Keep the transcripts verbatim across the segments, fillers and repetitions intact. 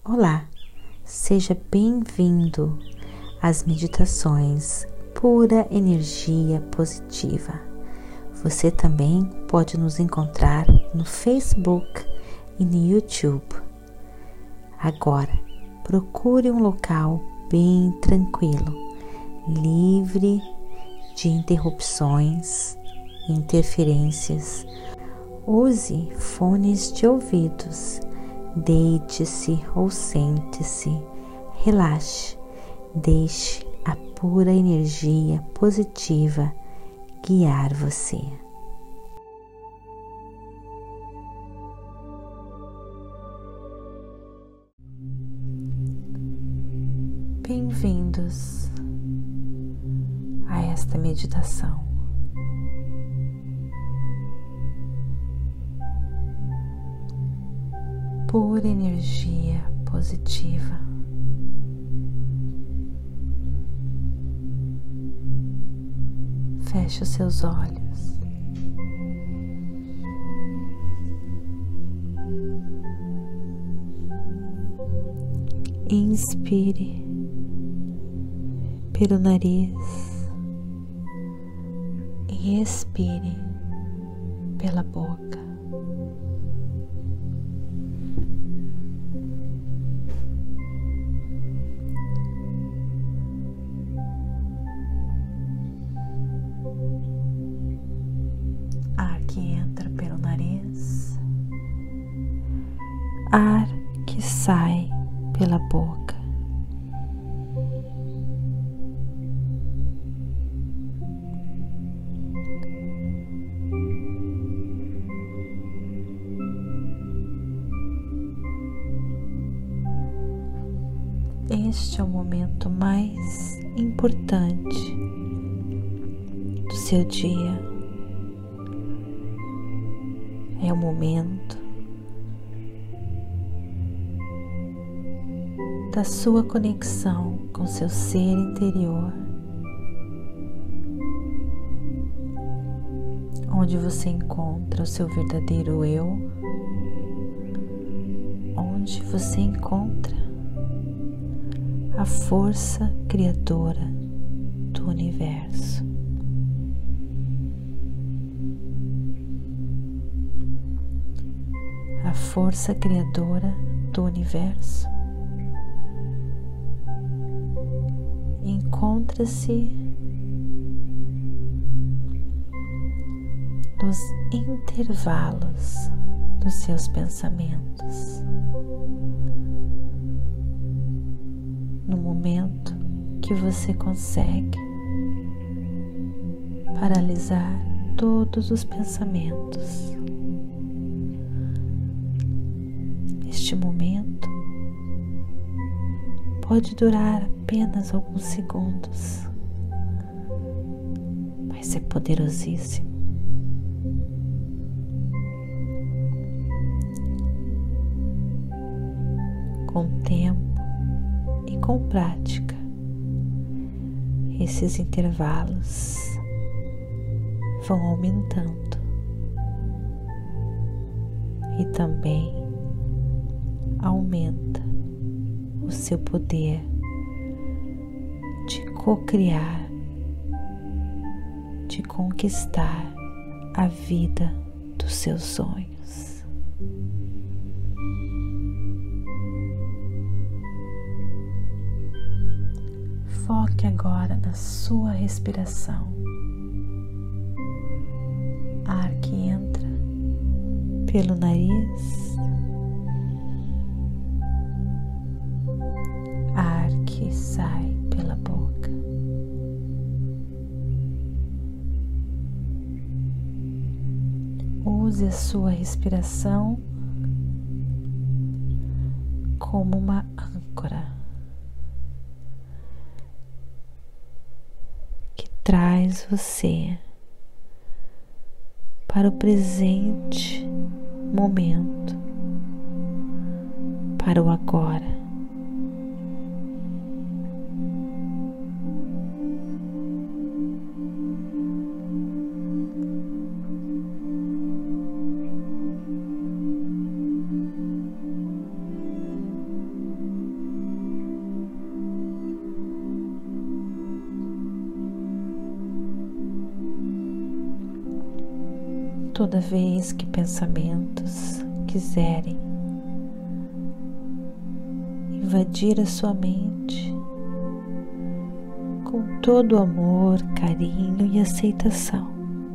Olá, seja bem-vindo às meditações Pura Energia Positiva. Você também pode nos encontrar no Facebook e no YouTube. Agora, procure um local bem tranquilo, livre de interrupções e interferências. Use fones de ouvidos. Deite-se ou sente-se, relaxe, deixe a pura energia positiva guiar você. Bem-vindos a esta meditação. Pura energia positiva. Feche os seus olhos. Inspire pelo nariz e expire pela boca. Ar que entra pelo nariz, ar que sai pela boca. Este é o momento mais importante do seu dia. É o momento da sua conexão com seu ser interior, onde você encontra o seu verdadeiro eu, onde você encontra a força criadora do universo. A força criadora do universo encontra-se nos intervalos dos seus pensamentos. No momento que você consegue paralisar todos os pensamentos. Este momento pode durar apenas alguns segundos, mas é poderosíssimo. Com tempo e com prática, esses intervalos vão aumentando e também aumenta o seu poder de co-criar, de conquistar a vida dos seus sonhos. Foque agora na sua respiração. Ar que entra pelo nariz, ar que sai pela boca. Use a sua respiração como uma âncora que traz você para o presente momento, para o agora. Toda vez que pensamentos quiserem invadir a sua mente, com todo o amor, carinho e aceitação,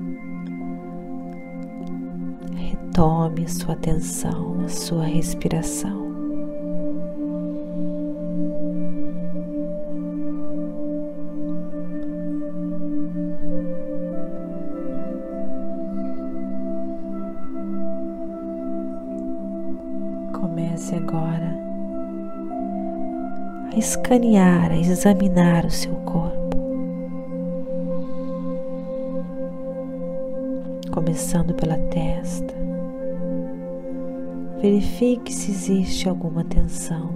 retome a sua atenção, a sua respiração. Comece agora a escanear, a examinar o seu corpo, começando pela testa. Verifique se existe alguma tensão,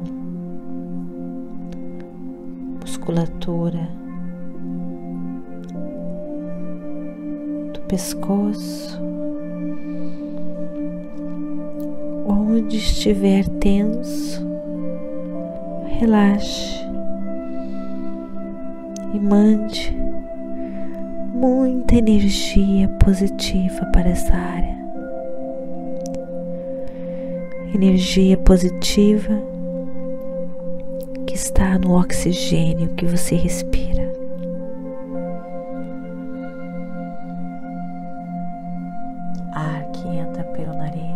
musculatura do pescoço. Onde estiver tenso, relaxe e mande muita energia positiva para essa área. Energia positiva que está no oxigênio que você respira. Ar que entra pelo nariz.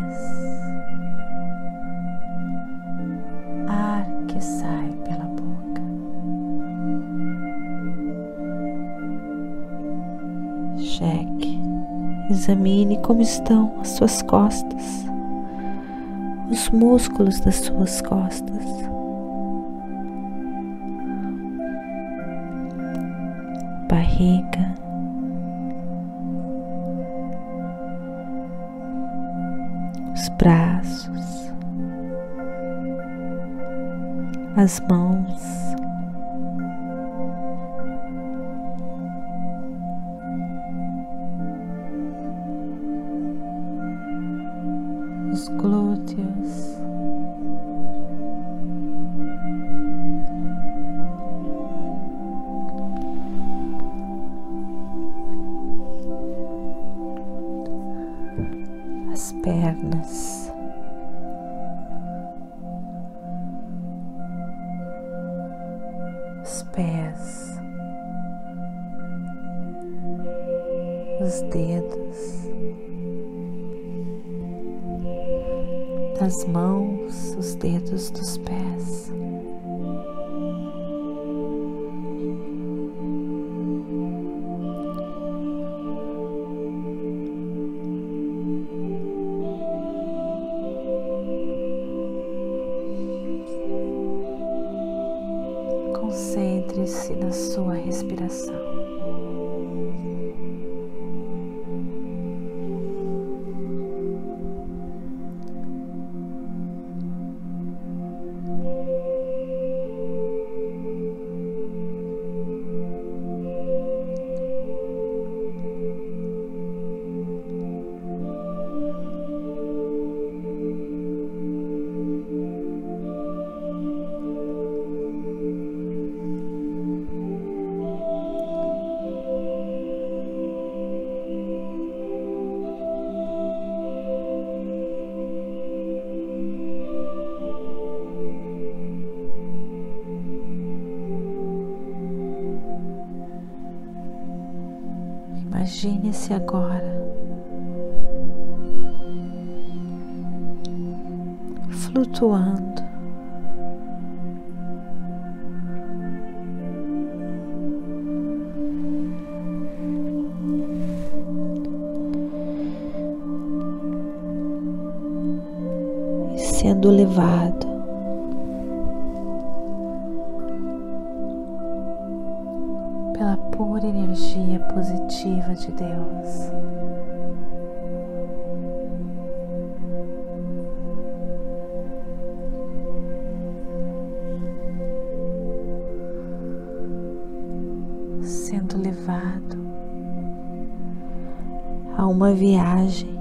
Ar que sai pela boca. Cheque, examine como estão as suas costas, os músculos das suas costas. Barriga, os braços, as mãos, os glúteos, as pernas, os pés, os dedos das mãos, os dedos dos pés. Concentre-se na sua respiração. Imagine-se agora flutuando e sendo levado pela pura energia positiva de Deus. Sendo levado a uma viagem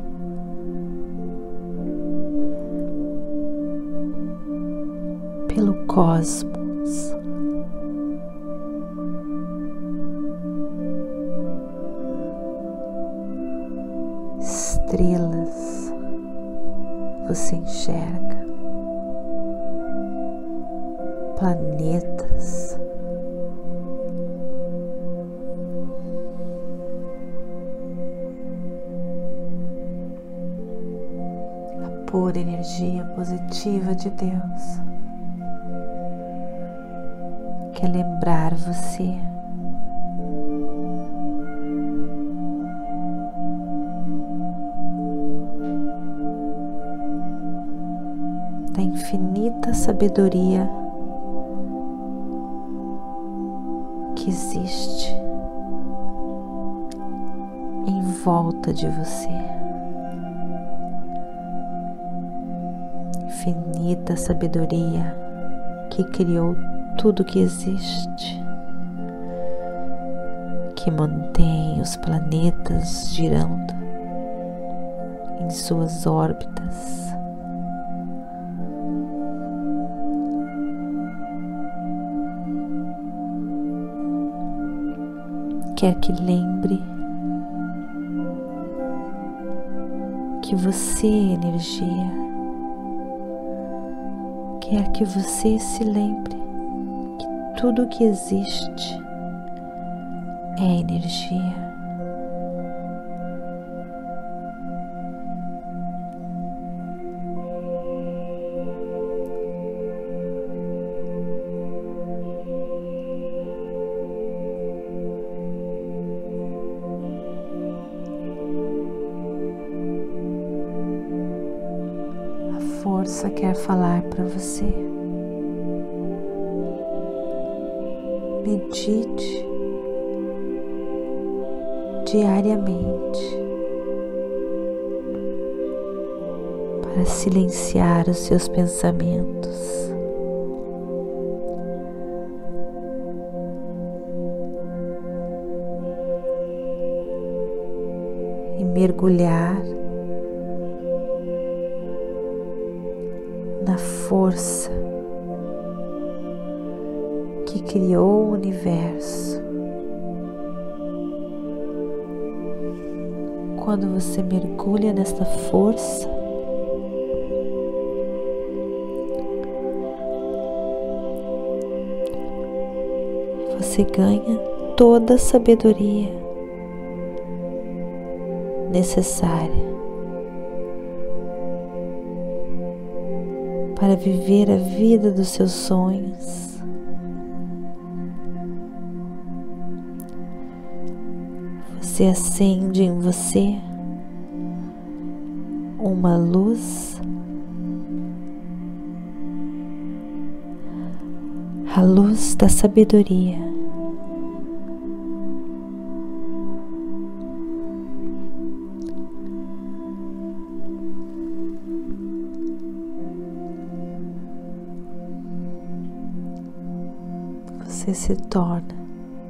pelo cosmos. Estrelas, você enxerga planetas, a pura energia positiva de Deus quer lembrar você da infinita sabedoria que existe em volta de você. Infinita sabedoria que criou tudo que existe, que mantém os planetas girando em suas órbitas. Quer que lembre que você é energia. Quer que você se lembre que tudo que existe é energia. A força quer falar para você. Medite diariamente para silenciar os seus pensamentos. E mergulhar na força que criou o universo. Quando você mergulha nessa força, você ganha toda a sabedoria necessária para viver a vida dos seus sonhos. Você acende em você uma luz, a luz da sabedoria. Você se torna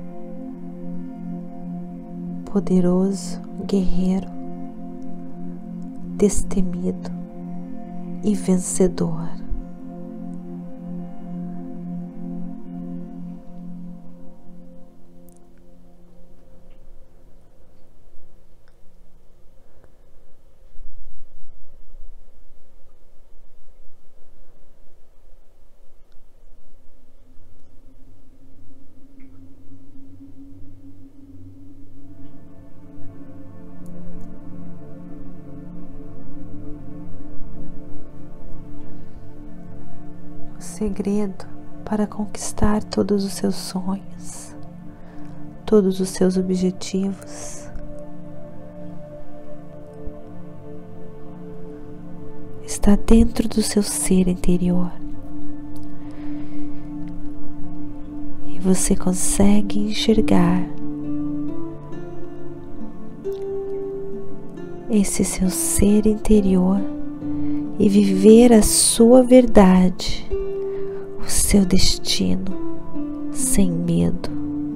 poderoso guerreiro, destemido e vencedor. O segredo para conquistar todos os seus sonhos, todos os seus objetivos, está dentro do seu ser interior. E você consegue enxergar esse seu ser interior e viver a sua verdade, o seu destino, sem medo.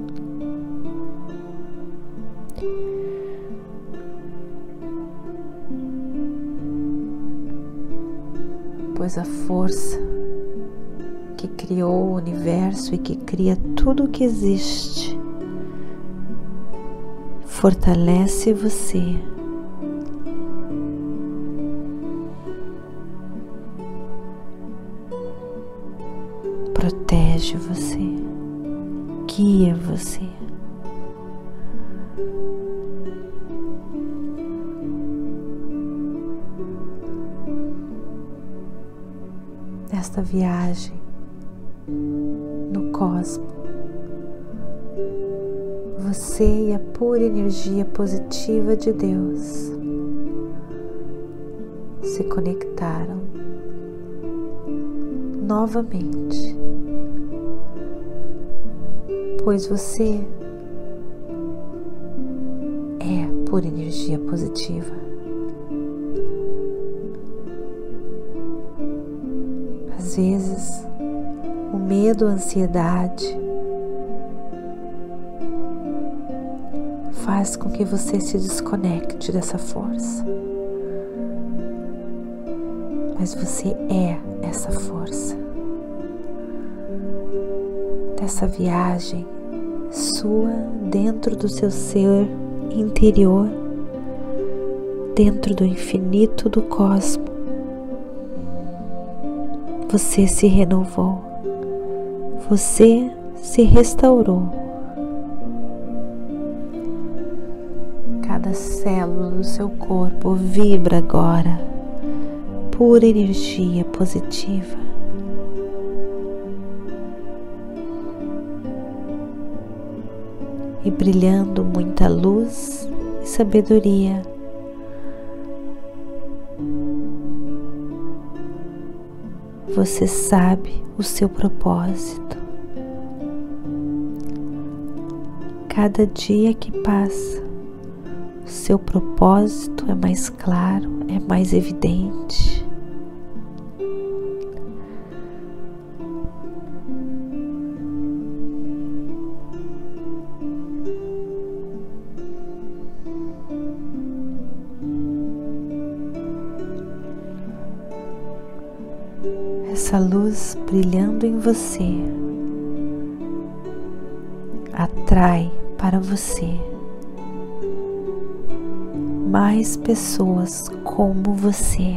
Pois a força que criou o universo e que cria tudo o que existe fortalece você protege você, guia você. Nesta viagem no cosmos, você e a pura energia positiva de Deus se conectaram novamente, pois você é pura energia positiva. Às vezes, o medo, a ansiedade faz com que você se desconecte dessa força. Mas você é essa força. Dessa viagem sua dentro do seu ser interior, dentro do infinito do cosmos, você se renovou, você se restaurou. Cada célula do seu corpo vibra agora pura energia positiva. E brilhando muita luz e sabedoria. Você sabe o seu propósito. Cada dia que passa, o seu propósito é mais claro, é mais evidente. Essa luz brilhando em você atrai para você mais pessoas como você,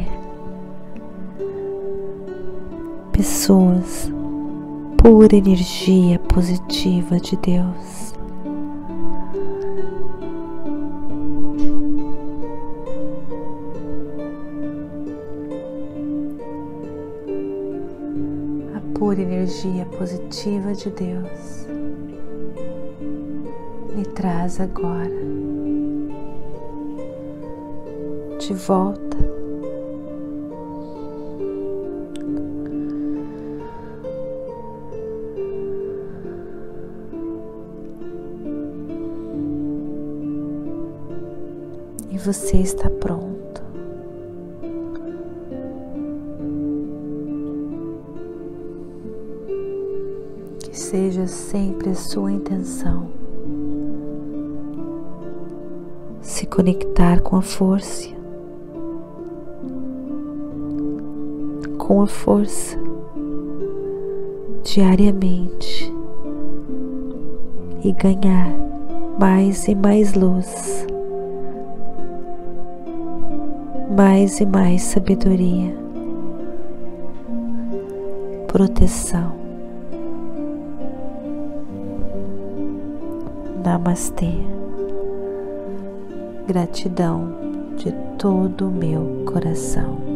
pessoas pura energia positiva de Deus. Pura energia positiva de Deus me traz agora de volta e você está pronto. Seja sempre a sua intenção se conectar com a força, com a força diariamente e ganhar mais e mais luz, mais e mais sabedoria, proteção. Namastê. Gratidão de todo o meu coração.